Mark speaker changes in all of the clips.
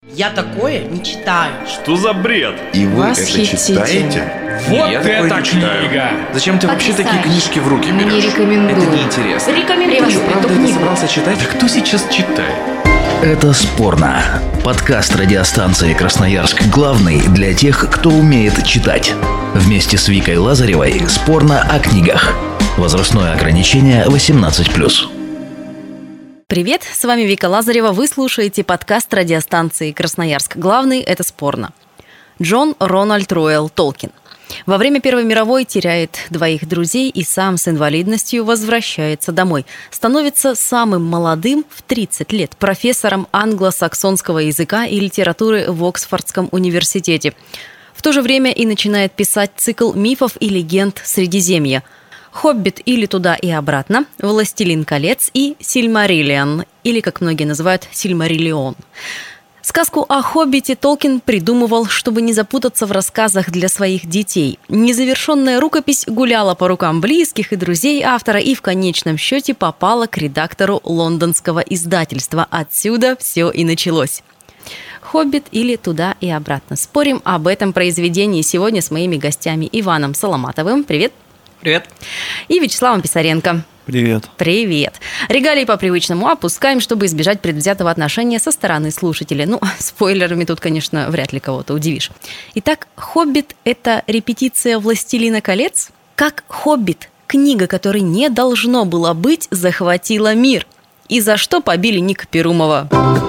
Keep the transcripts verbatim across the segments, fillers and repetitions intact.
Speaker 1: Я такое не читаю.
Speaker 2: Что за бред?
Speaker 3: И вы это читаете?
Speaker 2: Вот
Speaker 3: Я
Speaker 2: это книга!
Speaker 3: Зачем ты вообще такие книжки в руки берешь?
Speaker 4: Не рекомендую.
Speaker 3: Это неинтересно.
Speaker 4: Рекомендую.
Speaker 3: Ты что, правда не собрался читать?
Speaker 2: Да кто сейчас читает?
Speaker 5: Это «Спорно». Подкаст радиостанции «Красноярск» главный для тех, кто умеет читать. Вместе с Викой Лазаревой «Спорно о книгах». Возрастное ограничение восемнадцать плюс.
Speaker 6: Привет, с вами Вика Лазарева. Вы слушаете подкаст радиостанции «Красноярск». Главный – это «Спорно». Джон Рональд Роэл Толкин. Во время Первой мировой теряет двоих друзей и сам с инвалидностью возвращается домой. Становится самым молодым в тридцать лет профессором англосаксонского языка и литературы в Оксфордском университете. В то же время и начинает писать цикл мифов и легенд Средиземья. «Хоббит» или «Туда и обратно», «Властелин колец» и «Сильмариллион», или, как многие называют, «Сильмариллион». Сказку о «Хоббите» Толкин придумывал, чтобы не запутаться в рассказах для своих детей. Незавершенная рукопись гуляла по рукам близких и друзей автора и в конечном счете попала к редактору лондонского издательства. Отсюда все и началось. «Хоббит» или «Туда и обратно». Спорим об этом произведении сегодня с моими гостями Иваном Соломатовым. Привет.
Speaker 7: Привет.
Speaker 6: И Вячеславом Писаренко.
Speaker 8: Привет.
Speaker 6: Привет. Регалии по-привычному опускаем, чтобы избежать предвзятого отношения со стороны слушателей. Ну, спойлерами тут, конечно, вряд ли кого-то удивишь. Итак, «Хоббит» — это репетиция «Властелина колец»? Как «Хоббит», книга, которой не должно было быть, захватила мир? И за что побили Ника Перумова?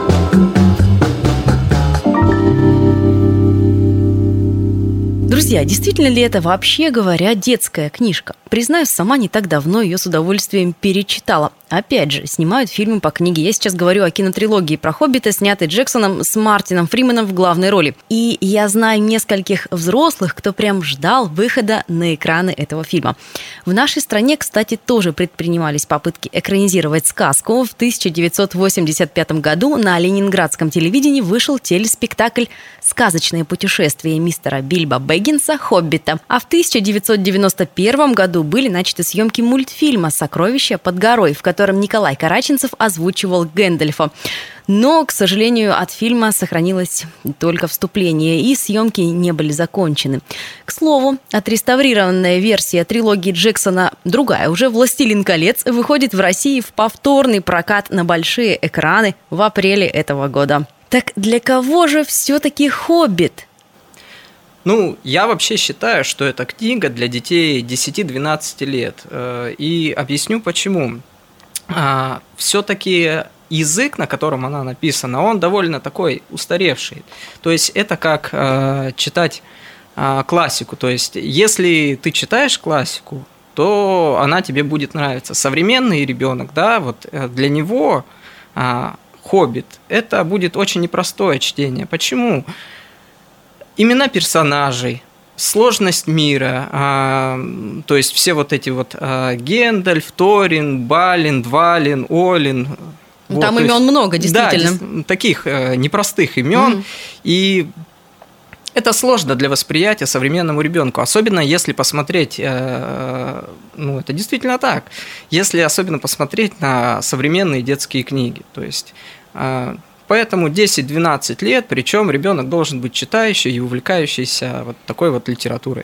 Speaker 6: Друзья, действительно ли это, вообще говоря, детская книжка? Признаюсь, сама не так давно ее с удовольствием перечитала. Опять же, снимают фильмы по книге. Я сейчас говорю о кинотрилогии про «Хоббита», снятой Джексоном с Мартином Фрименом в главной роли. И я знаю нескольких взрослых, кто прям ждал выхода на экраны этого фильма. В нашей стране, кстати, тоже предпринимались попытки экранизировать сказку. В тысяча девятьсот восемьдесят пятом году на ленинградском телевидении вышел телеспектакль «Сказочное путешествие мистера Бильбо Бэггинса Хоббита». А в тысяча девятьсот девяносто первом году были начаты съемки мультфильма «Сокровища под горой», в котором Николай Караченцев озвучивал Гэндальфа. Но, к сожалению, от фильма сохранилось только вступление, и съемки не были закончены. К слову, отреставрированная версия трилогии Джексона, другая уже, «Властелин колец», выходит в России в повторный прокат на большие экраны в апреле этого года. Так для кого же все-таки «Хоббит»?
Speaker 7: Ну, я вообще считаю, что это книга для детей десяти-двенадцати лет. И объясню почему. Все-таки язык, на котором она написана, он довольно такой устаревший. То есть это как читать классику. То есть если ты читаешь классику, то она тебе будет нравиться. Современный ребенок, да, вот для него «Хоббит» это будет очень непростое чтение. Почему? Имена персонажей, сложность мира, а, то есть все вот эти вот а, Гендальф, Торин, Балин, Двалин, Олин.
Speaker 6: Там
Speaker 7: вот,
Speaker 6: имен
Speaker 7: есть,
Speaker 6: много, действительно.
Speaker 7: Да, таких а, непростых имен. Mm. И это сложно для восприятия современному ребенку, особенно если посмотреть, а, ну это действительно так, если особенно посмотреть на современные детские книги, то есть... А, Поэтому десять-двенадцать лет, причем ребенок должен быть читающий и увлекающийся вот такой вот литературой.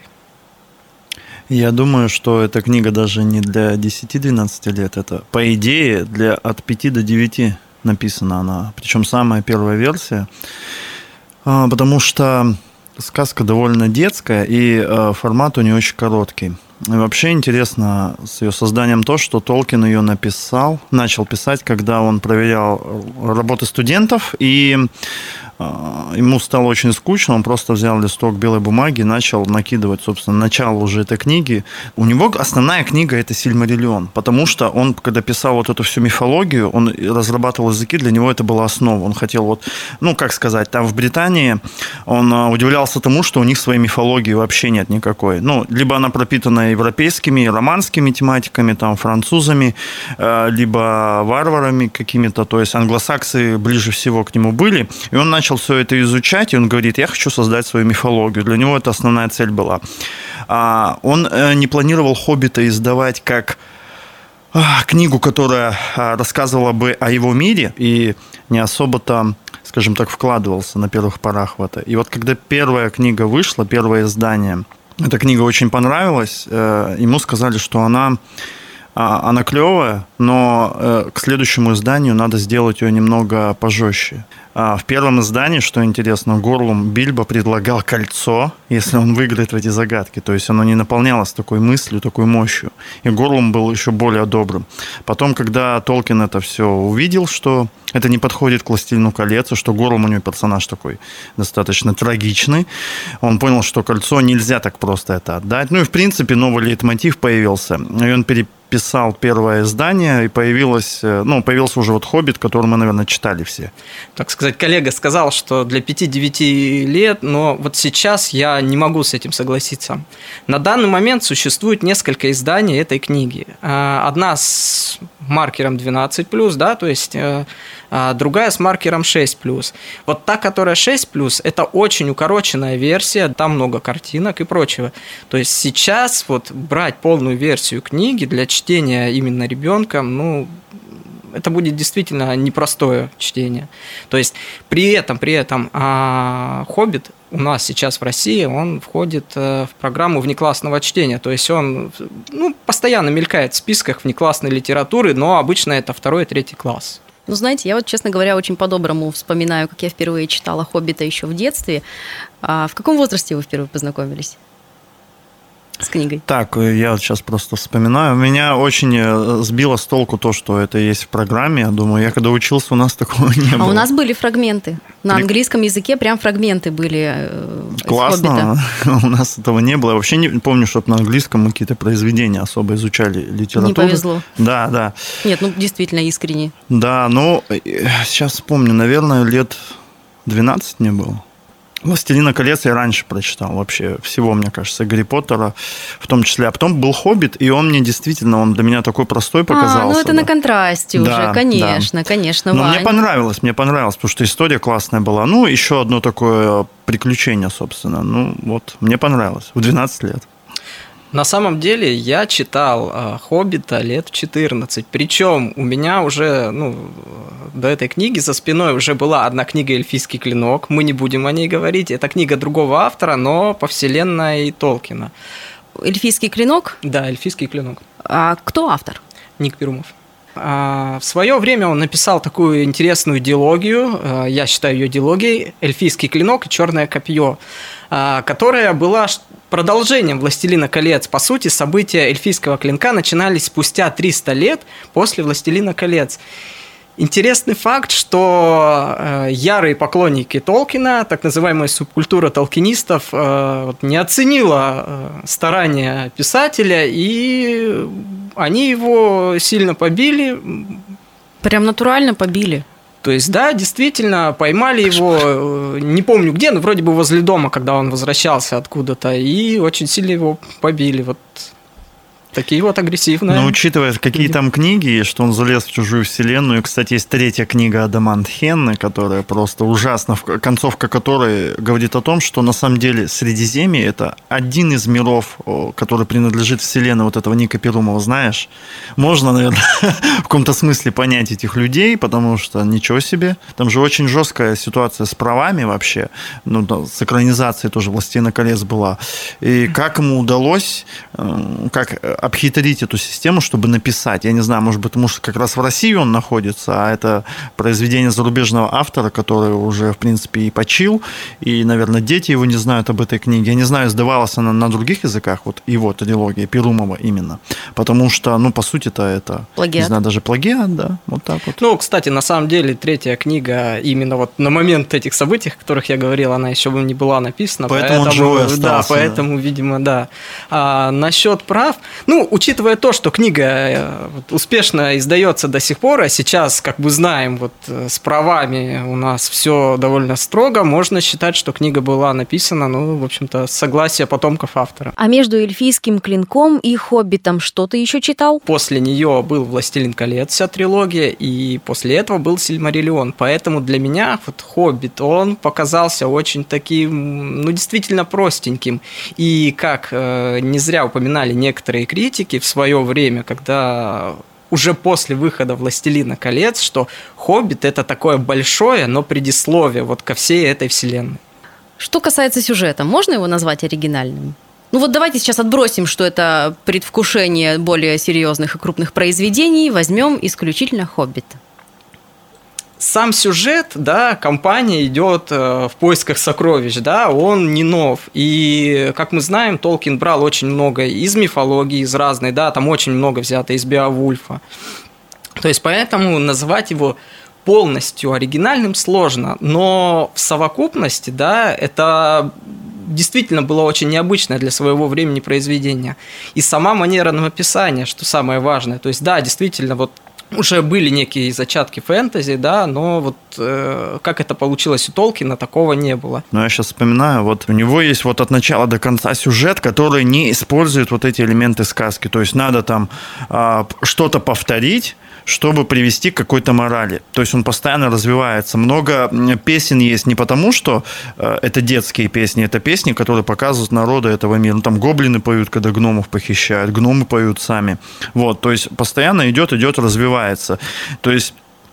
Speaker 8: Я думаю, что эта книга даже не для десяти-двенадцати лет, это, по идее, для от пяти до девяти написана она. Причем самая первая версия, потому что сказка довольно детская и формат у нее очень короткий. И вообще интересно с ее созданием то, что Толкин ее написал, начал писать, когда он проверял работы студентов, и ему стало очень скучно, он просто взял листок белой бумаги и начал накидывать, собственно, начало уже этой книги. У него основная книга – это «Сильмариллион», потому что он, когда писал вот эту всю мифологию, он разрабатывал языки, для него это была основа. Он хотел вот, ну, как сказать, там в Британии он удивлялся тому, что у них своей мифологии вообще нет никакой. Ну, либо она пропитана европейскими, романскими тематиками, там, французами, либо варварами какими-то, то есть англосаксы ближе всего к нему были, и он начал все это изучать, и он говорит, я хочу создать свою мифологию. Для него это основная цель была. Он не планировал «Хоббита» издавать как книгу, которая рассказывала бы о его мире, и не особо-то, скажем так, вкладывался на первых порах в это. И вот когда первая книга вышла, первое издание, эта книга очень понравилась, ему сказали, что она, она клевая, но к следующему изданию надо сделать ее немного пожестче. В первом издании, что интересно, Горлум Бильбо предлагал кольцо, если он выиграет в эти загадки. То есть оно не наполнялось такой мыслью, такой мощью. И Горлум был еще более добрым. Потом, когда Толкин это все увидел, что это не подходит к «Властелину колец», что Горлум у него персонаж такой достаточно трагичный, он понял, что кольцо нельзя так просто это отдать. Ну и, в принципе, новый лейтмотив появился. И он переписал первое издание, и появилось, ну, появился уже вот «Хоббит», который мы, наверное, читали все.
Speaker 7: Так сказать, коллега сказал, что для пяти-девяти лет, но вот сейчас я не могу с этим согласиться. На данный момент существует несколько изданий этой книги. Одна с маркером двенадцать плюс, да, то есть другая с маркером шесть плюс. Вот та, которая шесть плюс, это очень укороченная версия, там много картинок и прочего. То есть сейчас вот брать полную версию книги для чтения именно ребенком, ну, это будет действительно непростое чтение. То есть при этом, при этом а, «Хоббит» у нас сейчас в России, он входит в программу внеклассного чтения. То есть он, ну, постоянно мелькает в списках внеклассной литературы, но обычно это второй и третий класс.
Speaker 6: Ну, знаете, я вот, честно говоря, очень по-доброму вспоминаю, как я впервые читала «Хоббита» еще в детстве. А в каком возрасте вы впервые познакомились с книгой? Так,
Speaker 8: я вот сейчас просто вспоминаю. Меня очень сбило с толку то, что это есть в программе. Я думаю, я когда учился, у нас такого не
Speaker 6: а
Speaker 8: было.
Speaker 6: А у нас были фрагменты. На При... английском языке прям фрагменты были.
Speaker 8: Классно. У нас этого не было. Я вообще не помню, чтобы на английском мы какие-то произведения особо изучали литературу.
Speaker 6: Не повезло.
Speaker 8: Да, да.
Speaker 6: Нет, ну действительно искренне. Да,
Speaker 8: ну сейчас вспомню, наверное, лет двенадцать мне было. «Властелина колец» я раньше прочитал вообще всего, мне кажется, Гарри Поттера в том числе. А потом был «Хоббит», и он мне действительно, он для меня такой простой показался. А,
Speaker 6: ну это да. На контрасте да, уже, конечно, да. конечно,
Speaker 8: Но
Speaker 6: Вань.
Speaker 8: мне понравилось, мне понравилось, потому что история классная была. Ну, еще одно такое приключение, собственно. Ну, вот, мне понравилось в двенадцать лет.
Speaker 7: На самом деле я читал «Хоббита» лет в четырнадцать, причем у меня уже, ну, до этой книги за спиной уже была одна книга «Эльфийский клинок», мы не будем о ней говорить, это книга другого автора, но по вселенной Толкина.
Speaker 6: «Эльфийский клинок»?
Speaker 7: Да, «Эльфийский клинок».
Speaker 6: А кто автор?
Speaker 7: Ник Перумов. В свое время он написал такую интересную дилогию, я считаю ее дилогией, «Эльфийский клинок и черное копье», которая была продолжением «Властелина колец». По сути, события эльфийского клинка начинались спустя триста лет после «Властелина колец». Интересный факт, что ярые поклонники Толкина, так называемая субкультура толкинистов, не оценила старания писателя, и они его сильно побили.
Speaker 6: Прям натурально побили.
Speaker 7: То есть, да, действительно, поймали его, не помню где, но вроде бы возле дома, когда он возвращался откуда-то, и очень сильно его побили. Вот такие вот агрессивные.
Speaker 8: Но учитывая, какие там книги, что он залез в чужую вселенную. И, кстати, есть третья книга Адамант Хенны, которая просто ужасна, концовка которой говорит о том, что на самом деле Средиземье – это один из миров, который принадлежит вселенной вот этого Ника Перумова, знаешь. Можно, наверное, в каком-то смысле понять этих людей, потому что ничего себе. Там же очень жесткая ситуация с правами вообще. Ну, с экранизацией тоже «Властелина колец» была. И как ему удалось, как обхитрить эту систему, чтобы написать. Я не знаю, может быть, потому что как раз в России он находится, а это произведение зарубежного автора, который уже, в принципе, и почил, и, наверное, дети его не знают об этой книге. Я не знаю, сдавалась она на других языках, вот его трилогия, Перумова именно. Потому что, ну, по сути-то это, плагиат. Не знаю, даже плагиат, да, вот так вот.
Speaker 7: Ну, кстати, на самом деле, третья книга именно вот на момент этих событий, о которых я говорил, она еще не была написана.
Speaker 8: Поэтому, поэтому он живой остался.
Speaker 7: Да, поэтому, да. видимо, да. А насчет прав, ну, учитывая то, что книга вот, успешно издается до сих пор, а сейчас, как мы знаем, вот с правами у нас все довольно строго, можно считать, что книга была написана, ну, в общем-то, с согласия потомков автора.
Speaker 6: А между «Эльфийским клинком» и «Хоббитом» что ты еще читал?
Speaker 7: После нее был «Властелин колец», вся трилогия, и после этого был «Сильмариллион». Поэтому для меня вот «Хоббит», он показался очень таким, ну, действительно простеньким. И как э, не зря упоминали некоторые критики в свое время, когда уже после выхода «Властелина колец», что «Хоббит» — это такое большое, но предисловие вот ко всей этой вселенной.
Speaker 6: Что касается сюжета, можно его назвать оригинальным? Ну вот давайте сейчас отбросим, что это предвкушение более серьезных и крупных произведений, возьмем исключительно «Хоббита».
Speaker 7: Сам сюжет, да, компания идет в поисках сокровищ, да, он не нов. И, как мы знаем, Толкин брал очень много из мифологии, из разной, да, там очень много взято из Беовульфа. То есть, поэтому называть его полностью оригинальным сложно, но в совокупности, да, это действительно было очень необычное для своего времени произведение. И сама манера написания, что самое важное. То есть, да, действительно, вот уже были некие зачатки фэнтези, да, но вот э, как это получилось у Толкина, такого не было.
Speaker 8: Но я сейчас вспоминаю, вот у него есть вот от начала до конца сюжет, который не использует вот эти элементы сказки. То есть надо там э, что-то повторить, чтобы привести к какой-то морали. То есть он постоянно развивается. Много песен есть не потому, что э, это детские песни, это песни, которые показывают народу этого мира. Ну, там гоблины поют, когда гномов похищают, гномы поют сами. Вот, то есть постоянно идет, идет, развивается. То есть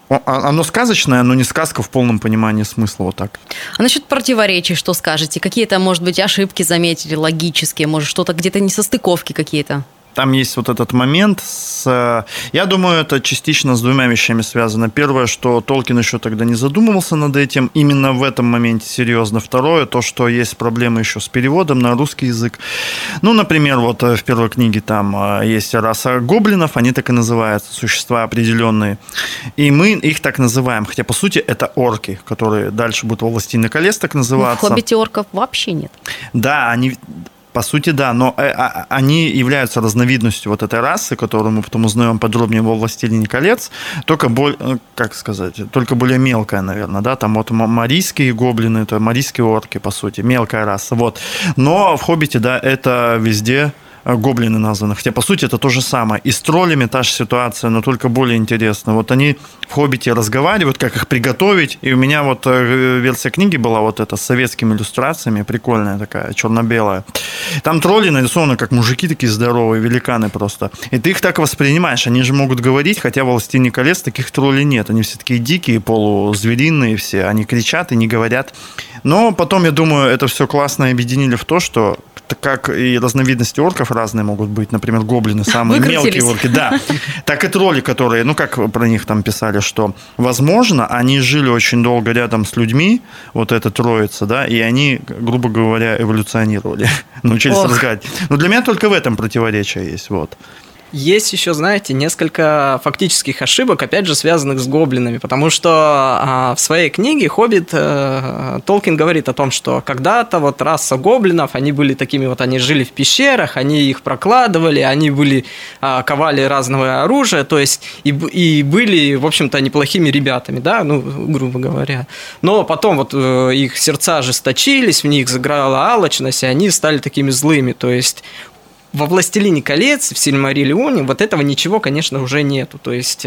Speaker 8: оно сказочное, но не сказка в полном понимании смысла, вот так.
Speaker 6: А насчет противоречий что скажете? Какие-то, может быть, ошибки заметили, логические, может, что-то где-то несостыковки какие-то?
Speaker 8: Там есть вот этот момент с... Я думаю, это частично с двумя вещами связано. Первое, что Толкин еще тогда не задумывался над этим, именно в этом моменте серьезно. Второе, то, что есть проблемы еще с переводом на русский язык. Ну, например, вот в первой книге там есть раса гоблинов, они так и называются, существа определенные. И мы их так называем, хотя, по сути, это орки, которые дальше будут во «Властелине колец» так называться.
Speaker 6: Ну, в «Хоббите» орков вообще нет.
Speaker 8: Да, они... По сути, да, но они являются разновидностью вот этой расы, которую мы потом узнаем подробнее во «Властелине колец», только более, как сказать, только более мелкая, наверное, да, там вот марийские гоблины, это марийские орки, по сути, мелкая раса, вот. Но в «Хоббите», да, это везде гоблины названы. Хотя, по сути, это то же самое. И с троллями та же ситуация, но только более интересно. Вот они в «Хоббите» разговаривают, как их приготовить. И у меня вот версия книги была вот эта с советскими иллюстрациями, прикольная такая, черно-белая. Там тролли нарисованы как мужики такие здоровые, великаны просто. И ты их так воспринимаешь. Они же могут говорить, хотя в «Властелине колец» таких троллей нет. Они все такие дикие, полузвериные все. Они кричат и не говорят. Но потом, я думаю, это все классно объединили в то, что как и разновидности орков разные могут быть, например, гоблины, самые мелкие орки, да, так и тролли, которые, ну, как про них там писали, что, возможно, они жили очень долго рядом с людьми, вот эта троица, да, и они, грубо говоря, эволюционировали, научились разговаривать. Но для меня только в этом противоречие есть, вот.
Speaker 7: Есть еще, знаете, несколько фактических ошибок, опять же, связанных с гоблинами, потому что а, в своей книге «Хоббит» а, Толкин говорит о том, что когда-то вот раса гоблинов, они были такими вот, они жили в пещерах, они их прокладывали, они были, а, ковали разного оружия, то есть и, и были, в общем-то, неплохими ребятами, да, ну, грубо говоря. Но потом вот их сердца ожесточились, в них заграла алчность, и они стали такими злыми, то есть... Во «Властелине колец», в «Сильмариллионе» вот этого ничего, конечно, уже нету. То есть,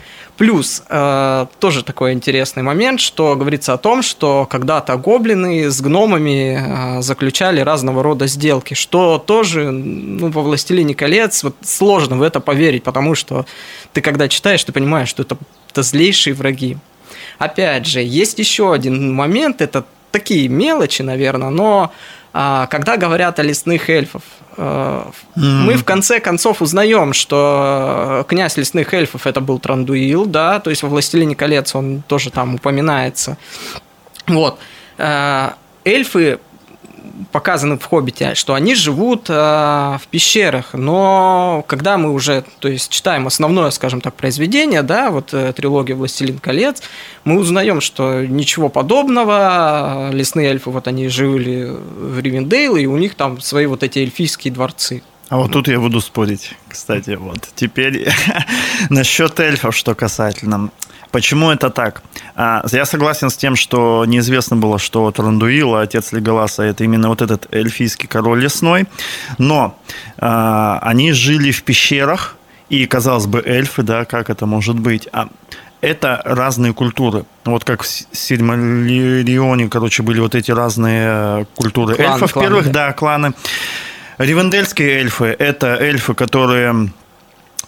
Speaker 7: плюс тоже такой интересный момент, что говорится о том, что когда-то гоблины с гномами заключали разного рода сделки, что тоже, ну, во «Властелине колец» вот сложно в это поверить, потому что ты, когда читаешь, ты понимаешь, что это, это злейшие враги. Опять же, есть еще один момент, это такие мелочи, наверное, но... Когда говорят о лесных эльфах, mm. мы в конце концов узнаем, что князь лесных эльфов это был Трандуил, да, то есть во «Властелине колец» он тоже там упоминается. Вот. Эльфы показаны в «Хоббите», что они живут в пещерах, но когда мы уже, то есть, читаем основное, скажем так, произведение, да, вот трилогия «Властелин колец», мы узнаем, что ничего подобного, лесные эльфы, вот они жили в Ривендейл, и у них там свои вот эти эльфийские дворцы.
Speaker 8: А вот тут я буду спорить, кстати, вот. Теперь насчет эльфов, что касательно. Почему это так? Я согласен с тем, что неизвестно было, что Трандуил, отец Леголаса, это именно вот этот эльфийский король лесной, но а, они жили в пещерах, и, казалось бы, эльфы, да, как это может быть? А это разные культуры. Вот как в «Сильмариллионе», короче, были вот эти разные культуры кланы, эльфов кланы, первых, да. да, кланы. Ривендельские эльфы – это эльфы, которые...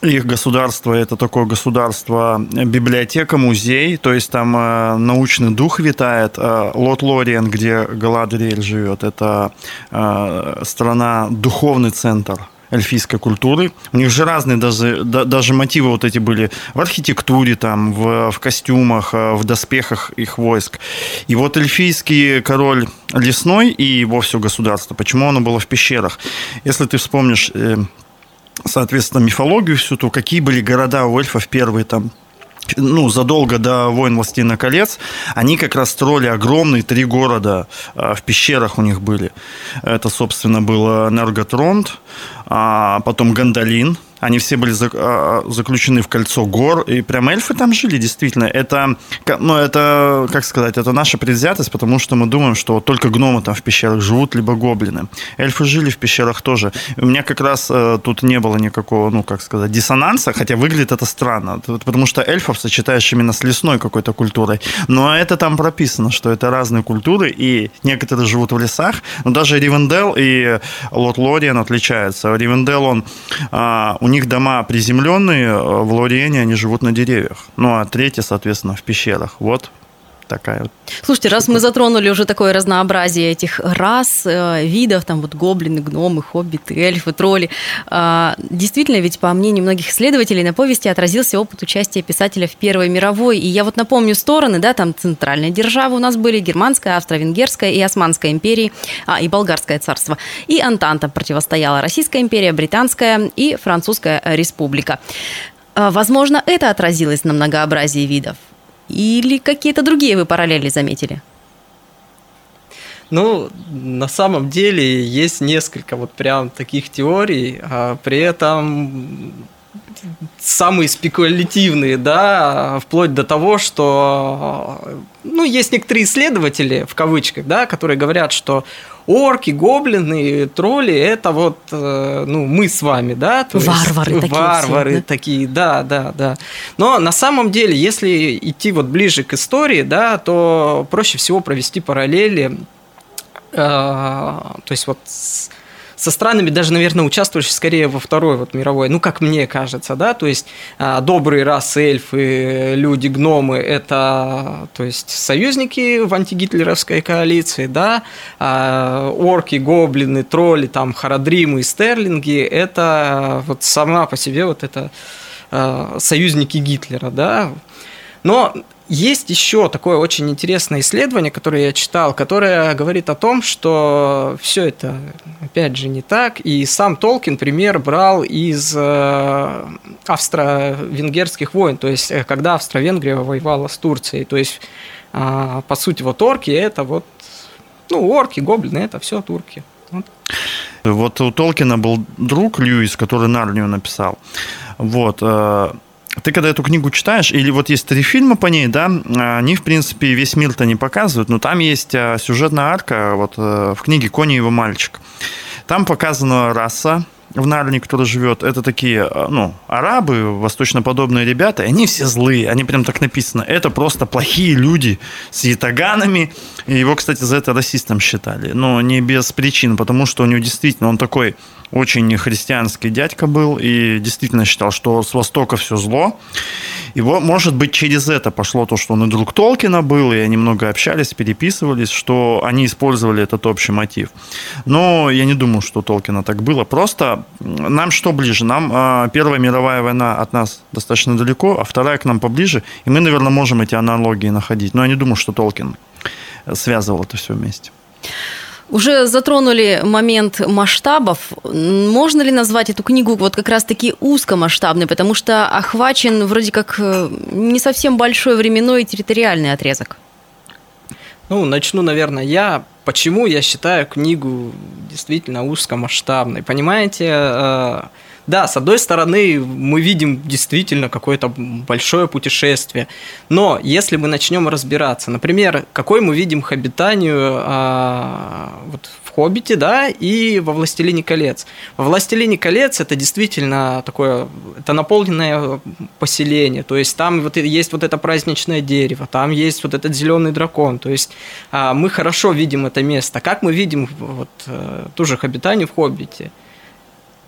Speaker 8: их государство – это такое государство, библиотека, музей, то есть там э, научный дух витает. Э, Лот-Лорien, где Галадриэль живет, это э, страна, духовный центр эльфийской культуры. У них же разные даже, да, даже мотивы вот эти были в архитектуре, там, в, в костюмах, в доспехах их войск. И вот эльфийский король лесной и его все государство, почему оно было в пещерах? Если ты вспомнишь, э, соответственно, мифологию всю ту, какие были города у эльфов первые там, ну, задолго до войн «Властелина колец», они как раз строили огромные три города, в пещерах у них были. Это, собственно, был Нерготронд, а потом Гандалин. Они все были заключены в кольцо гор, и прям эльфы там жили, действительно. Это, ну, это, как сказать, это наша предвзятость, потому что мы думаем, что только гномы там в пещерах живут, либо гоблины. Эльфы жили в пещерах тоже. У меня как раз тут не было никакого, ну, как сказать, диссонанса, хотя выглядит это странно, потому что эльфов сочетаешь именно с лесной какой-то культурой. Но это там прописано, что это разные культуры, и некоторые живут в лесах, но даже Ривендел и Лот-Лорien отличаются. Ривендел, он... У них дома приземленные, в Лориене они живут на деревьях. Ну, а третьи, соответственно, в пещерах. Вот такая вот.
Speaker 6: Слушайте, раз мы затронули уже такое разнообразие этих рас, видов, там вот гоблины, гномы, хоббиты, эльфы, тролли, действительно, ведь по мнению многих исследователей на повести отразился опыт участия писателя в Первой мировой. И я вот напомню стороны, да, там центральные державы у нас были, Германская, Австро-Венгерская и Османская империи, а, и Болгарское царство. И Антанта противостояла Российская империя, Британская и Французская республика. Возможно, это отразилось на многообразии видов. Или какие-то другие вы параллели заметили?
Speaker 7: Ну, на самом деле есть несколько вот прям таких теорий, а при этом самые спекулятивные, да, вплоть до того, что, ну, есть некоторые исследователи, в кавычках, да, которые говорят, что орки, гоблины, тролли – это вот, ну, мы с вами, да? То
Speaker 6: варвары
Speaker 7: есть,
Speaker 6: такие.
Speaker 7: Варвары
Speaker 6: все, да?
Speaker 7: такие, да, да, да. Но на самом деле, если идти вот ближе к истории, да, то проще всего провести параллели, э, то есть вот с, со странами, даже, наверное, участвующими скорее во Второй вот мировой, ну, как мне кажется, да, то есть добрые расы, эльфы, люди, гномы – это, то есть, союзники в антигитлеровской коалиции, да, а орки, гоблины, тролли, там, харадримы и стерлинги – это вот сама по себе вот это союзники Гитлера, да, но есть еще такое очень интересное исследование, которое я читал, которое говорит о том, что все это, опять же, не так. И сам Толкин пример брал из австро-венгерских войн, то есть когда Австро-Венгрия воевала с Турцией. То есть, по сути, вот орки – это вот, ну, орки, гоблины – это все турки. Вот.
Speaker 8: Вот у Толкина был друг Льюис, который Нарнию написал. Вот. Ты когда эту книгу читаешь, или вот есть три фильма по ней, да, они, в принципе, весь мир-то не показывают, но там есть сюжетная арка, вот в книге «Кони и его мальчик». Там показана раса в Нарнии, которая живет, это такие, ну, арабы, восточноподобные ребята, и они все злые, они прям так написано, это просто плохие люди с ятаганами, и его, кстати, за это расистом считали, но не без причин, потому что у него действительно, он такой очень христианский дядька был, и действительно считал, что с Востока все зло, и вот, может быть, через это пошло то, что он и друг Толкина был, и они много общались, переписывались, что они использовали этот общий мотив. Но я не думаю, что у Толкина так было, просто нам что ближе? Нам э, Первая мировая война от нас достаточно далеко, а Вторая к нам поближе, и мы, наверное, можем эти аналогии находить. Но я не думаю, что Толкин связывал это все вместе.
Speaker 6: Уже затронули момент масштабов. Можно ли назвать эту книгу вот как раз-таки узкомасштабной, потому что охвачен вроде как не совсем большой временной и территориальный отрезок?
Speaker 7: Ну, начну, наверное, я. Почему я считаю книгу действительно узкомасштабной? Понимаете, да, с одной стороны, мы видим действительно какое-то большое путешествие, но если мы начнем разбираться, например, какой мы видим хоббитанию а, вот в «Хоббите», да, и во «Властелине колец». Во «Властелине колец» это действительно такое, это наполненное поселение, то есть там вот есть вот это праздничное дерево, там есть вот этот зеленый дракон, то есть а, мы хорошо видим это место. Как мы видим вот ту же хоббитанию в «Хоббите»?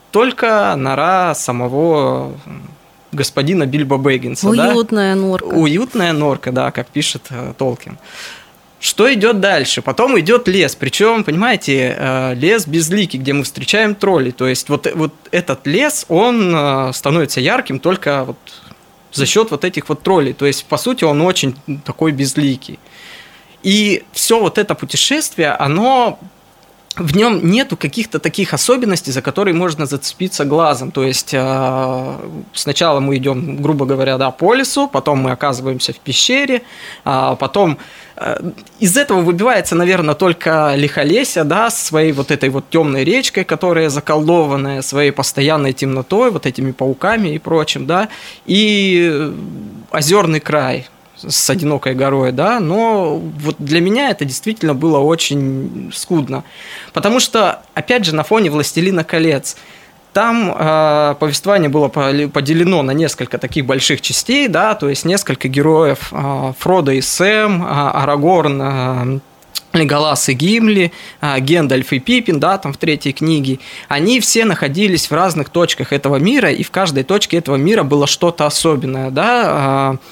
Speaker 7: только нора самого господина Бильбо Бэггинса.
Speaker 6: Уютная
Speaker 7: да?
Speaker 6: норка.
Speaker 7: Уютная норка, да, как пишет э, Толкин. Что идет дальше? Потом идет лес. Причем, понимаете, э, лес безликий, где мы встречаем троллей. То есть вот, вот этот лес, он э, становится ярким только вот за счет вот этих вот троллей. То есть, по сути, он очень такой безликий. И все вот это путешествие, оно... В нем нету каких-то таких особенностей, за которые можно зацепиться глазом. То есть э, сначала мы идем, грубо говоря, да, по лесу, потом мы оказываемся в пещере, а потом э, из этого выбивается, наверное, только Лихолесье, да, с своей вот этой вот темной речкой, которая заколдованная, своей постоянной темнотой, вот этими пауками и прочим, да, и озерный край с одинокой горой, да, но вот для меня это действительно было очень скудно, потому что, опять же, на фоне «Властелина колец» там э, повествование было поделено на несколько таких больших частей, да, то есть несколько героев, э, Фродо и Сэм, э, Арагорн, э, Леголас и Гимли, э, Гендальф и Пиппин, да, там в третьей книге, они все находились в разных точках этого мира, и в каждой точке этого мира было что-то особенное, да, э,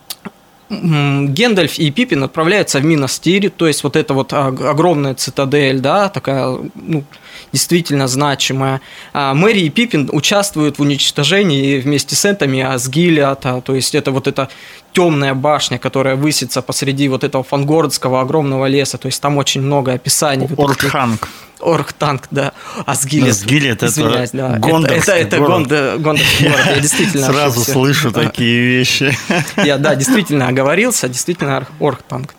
Speaker 7: Гендальф и Пиппин отправляются в Минас Тирит, то есть вот эта вот огромная цитадель, да, такая, ну, действительно значимая. Мэри и Пиппин участвуют в уничтожении вместе с Энтами Асгилиата, то есть это вот эта темная башня, которая высится посреди вот этого фангордского огромного леса, то есть там очень много описаний.
Speaker 8: Оргханг.
Speaker 7: Оргтанк, да. Асгилет.
Speaker 8: Асгилет,
Speaker 7: Извиняюсь,
Speaker 8: это
Speaker 7: да.
Speaker 8: гондорский
Speaker 7: это, это,
Speaker 8: город.
Speaker 7: это гондорский город. Я действительно
Speaker 8: сразу
Speaker 7: ошибся.
Speaker 8: слышу такие вещи.
Speaker 7: Я, да, действительно оговорился, действительно Оргтанк.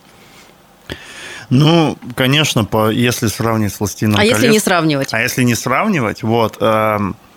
Speaker 8: Ну, конечно, по, если сравнивать с «Властелином колец».
Speaker 6: А если не сравнивать?
Speaker 8: А если не сравнивать, вот... Э,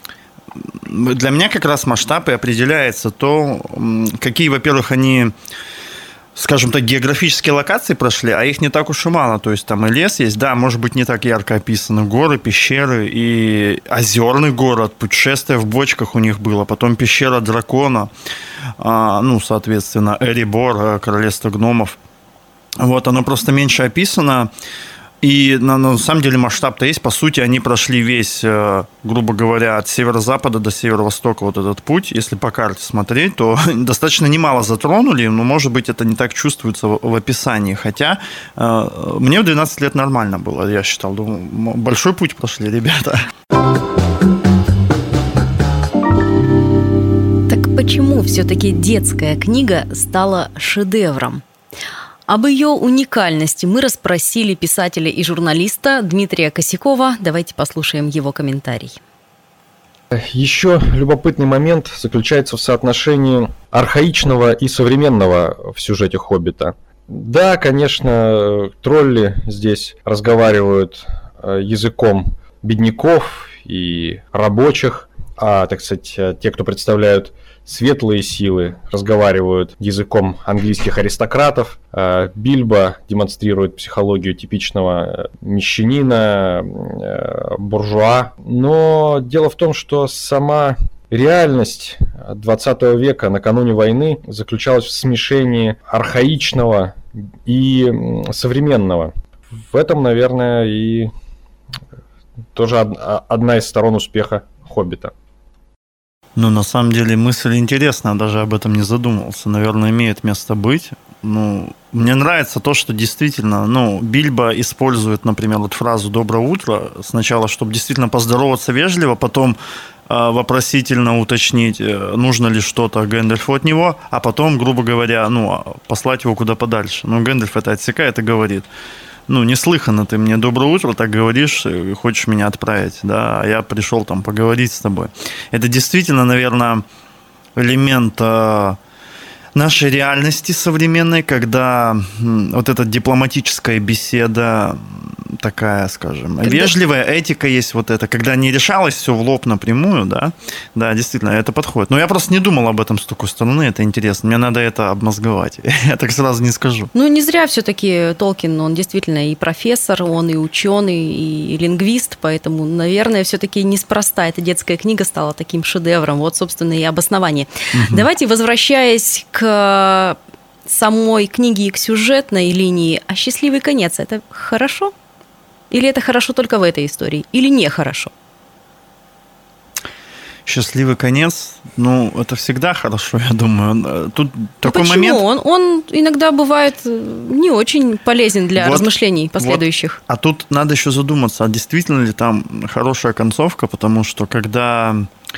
Speaker 8: для меня как раз масштаб и определяется то, какие, во-первых, они... скажем так, географические локации прошли, а их не так уж и мало. То есть там и лес есть, да, может быть, не так ярко описаны горы, пещеры и озерный город, путешествие в бочках у них было, потом пещера дракона, ну, соответственно, Эребор, королевство гномов. Вот, оно просто меньше описано. И на, на самом деле масштаб-то есть. По сути, они прошли весь, грубо говоря, от северо-запада до северо-востока вот этот путь. Если по карте смотреть, то достаточно немало затронули, но, может быть, это не так чувствуется в, в описании. Хотя э, мне в двенадцать лет нормально было, я считал. Думаю, большой путь прошли, ребята.
Speaker 6: Так почему все-таки детская книга стала шедевром? Об ее уникальности мы расспросили писателя и журналиста Дмитрия Косякова. Давайте послушаем его комментарий.
Speaker 4: Еще любопытный момент заключается в соотношении архаичного и современного в сюжете «Хоббита». Да, конечно, тролли здесь разговаривают языком бедняков и рабочих, а, так сказать, те, кто представляют светлые силы, разговаривают языком английских аристократов. Бильбо демонстрирует психологию типичного мещанина, буржуа. Но дело в том, что сама реальность двадцатого века накануне войны заключалась в смешении архаичного и современного. В этом, наверное, и тоже одна из сторон успеха «Хоббита».
Speaker 8: Ну, на самом деле, мысль интересная, даже об этом не задумывался. Наверное, имеет место быть. Ну, мне нравится то, что действительно, ну, Бильбо использует, например, вот фразу «доброе утро» сначала, чтобы действительно поздороваться вежливо, потом э, вопросительно уточнить, э, нужно ли что-то Гэндальфу от него, а потом, грубо говоря, ну, послать его куда подальше. Ну, Гэндальф это отсекает и говорит: ну, неслыханно ты мне «доброе утро» так говоришь, хочешь меня отправить, да, а я пришел там поговорить с тобой. Это действительно, наверное, элемент э, нашей реальности современной, когда вот эта дипломатическая беседа такая, скажем, когда... вежливая этика есть вот это, когда не решалось все в лоб напрямую, да, да, действительно, это подходит. Но я просто не думал об этом с такой стороны, это интересно, мне надо это обмозговать, я так сразу не скажу.
Speaker 6: Ну, не зря все-таки Толкин, он действительно и профессор, он и ученый, и лингвист, поэтому, наверное, все-таки неспроста эта детская книга стала таким шедевром, вот, собственно, и обоснование. Угу. Давайте, возвращаясь к самой книге и к сюжетной линии, а счастливый конец – это хорошо? Или это хорошо только в этой истории? Или нехорошо?
Speaker 8: счастливый конец, ну, это всегда хорошо, я думаю. Тут
Speaker 6: ну,
Speaker 8: такой
Speaker 6: почему?
Speaker 8: момент...
Speaker 6: Он, он иногда бывает не очень полезен для вот, размышлений последующих.
Speaker 8: Вот. А тут надо еще задуматься, а действительно ли там хорошая концовка, потому что когда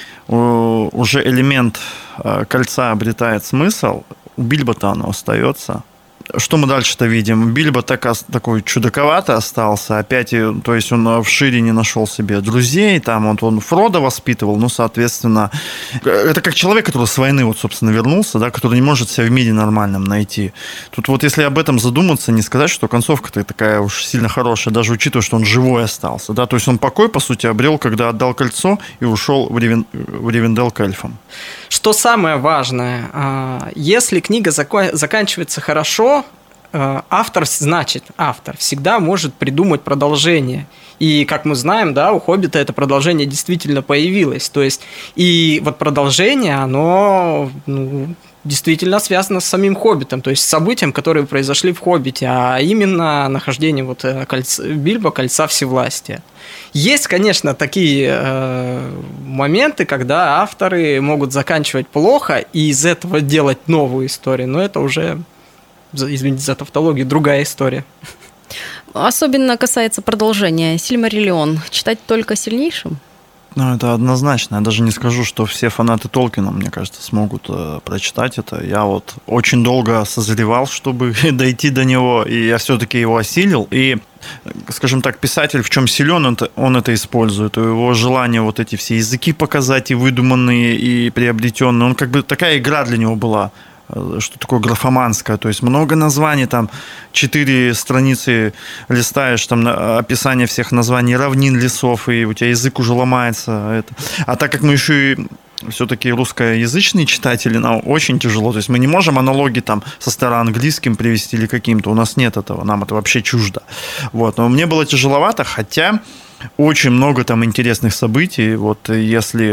Speaker 8: уже элемент кольца обретает смысл, у Бильбо-то оно остается. Что мы дальше-то видим? Бильбо так, такой чудаковатый остался, опять, то есть он в Шире нашел себе друзей, там он, он Фродо воспитывал, ну, соответственно, это как человек, который с войны, вот, собственно, вернулся, да, который не может себя в мире нормальном найти. Тут вот если об этом задуматься, не сказать, что концовка-то такая уж сильно хорошая, даже учитывая, что он живой остался, да, то есть он покой, по сути, обрел, когда отдал кольцо и ушел в, Ривен... в Ривендел к эльфам.
Speaker 7: Что самое важное, если книга заканчивается хорошо, автор, значит, автор всегда может придумать продолжение. И, как мы знаем, да, у «Хоббита» это продолжение действительно появилось. То есть, и вот продолжение, оно, ну, действительно связано с самим «Хоббитом», то есть с событием, которые произошли в «Хоббите», а именно нахождение вот кольца, Бильбо кольца всевластия. Есть, конечно, такие э, моменты, когда авторы могут заканчивать плохо и из этого делать новую историю, но это уже, извините за тавтологию, другая история.
Speaker 6: Особенно касается продолжения. «Сильмариллион» читать только сильнейшим?
Speaker 8: Ну, это однозначно. Я даже не скажу, что все фанаты Толкина, мне кажется, смогут э, прочитать это. Я вот очень долго созревал, чтобы дойти до него, и я все-таки его осилил. И, скажем так, писатель в чем силен, он это, он это использует. У его желание вот эти все языки показать, и выдуманные, и приобретенные. Он как бы такая игра для него была. Что такое графоманское, то есть много названий, там четыре страницы листаешь, там описание всех названий равнин, лесов, и у тебя язык уже ломается. Это. А так как мы еще и все-таки русскоязычные читатели, нам очень тяжело, то есть мы не можем аналоги там со староанглийским привести или каким-то, у нас нет этого, нам это вообще чуждо. Вот. Но мне было тяжеловато, хотя очень много там интересных событий, вот если...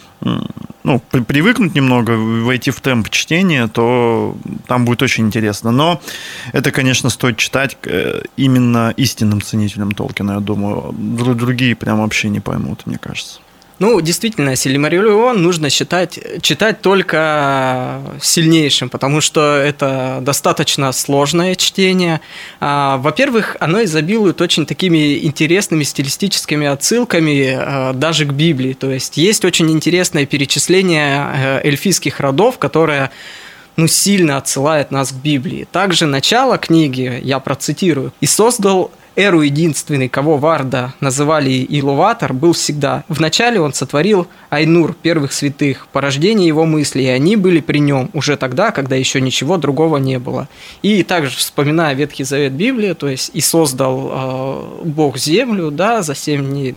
Speaker 8: ну, при, привыкнуть немного, войти в темп чтения, то там будет очень интересно. Но это, конечно, стоит читать именно истинным ценителям Толкина, я думаю. Другие прям вообще не поймут, мне кажется.
Speaker 7: Ну, действительно, «Сильмариллион» нужно считать, читать только сильнейшим, потому что это достаточно сложное чтение. Во-первых, оно изобилует очень такими интересными стилистическими отсылками даже к Библии. То есть есть очень интересное перечисление эльфийских родов, которое, ну, сильно отсылает нас к Библии. Также начало книги, я процитирую, «И создал Эру единственный, кого Варда называли Илуватар, был всегда. Вначале он сотворил Айнур, первых святых, порождение его мыслей, и они были при нем уже тогда, когда еще ничего другого не было». И также, вспоминая Ветхий Завет Библии, то есть «И создал э, Бог землю, да, за семь дней».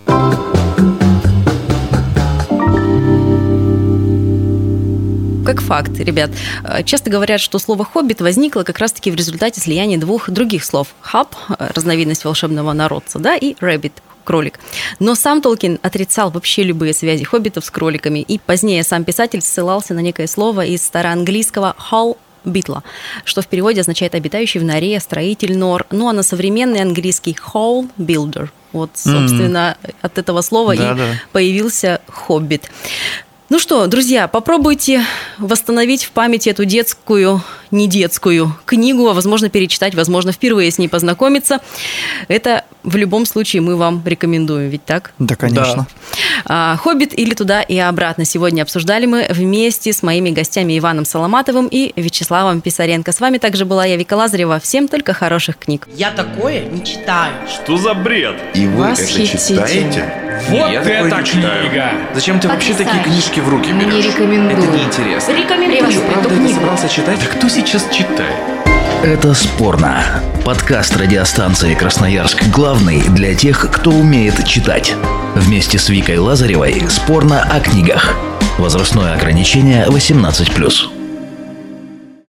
Speaker 6: Как факт, ребят, часто говорят, что слово «хоббит» возникло как раз-таки в результате слияния двух других слов. «Хаб» – разновидность волшебного народца, да, и «рэббит» – кролик. Но сам Толкин отрицал вообще любые связи хоббитов с кроликами, и позднее сам писатель ссылался на некое слово из староанглийского «hall битла», что в переводе означает «обитающий в норе», «строитель нор», ну а на современный английский «hole builder». Вот, собственно, mm-hmm. от этого слова да, и да. появился «хоббит». Ну что, друзья, попробуйте восстановить в памяти эту детскую, не детскую книгу, а, возможно, перечитать, возможно, впервые с ней познакомиться. Это в любом случае мы вам рекомендуем, ведь так?
Speaker 8: Да, конечно.
Speaker 6: Да. «Хоббит» или «Туда и обратно» сегодня обсуждали мы вместе с моими гостями Иваном Соломатовым и Вячеславом Писаренко. С вами также была я, Вика Лазарева. Всем только хороших книг.
Speaker 1: Я такое не читаю.
Speaker 2: Что за бред?
Speaker 3: И вы это читаете?
Speaker 2: Вот
Speaker 3: я
Speaker 2: это книга!
Speaker 3: Зачем ты вообще такие книжки в руки берешь?
Speaker 9: Не рекомендую.
Speaker 3: Это неинтересно.
Speaker 6: Рекомендую.
Speaker 3: Ты правда это собрался читать?
Speaker 2: Да кто сейчас читает?
Speaker 5: Это «Спорно». Подкаст радиостанции «Красноярск» главный для тех, кто умеет читать. Вместе с Викой Лазаревой «Спорно о книгах». Возрастное ограничение восемнадцать плюс.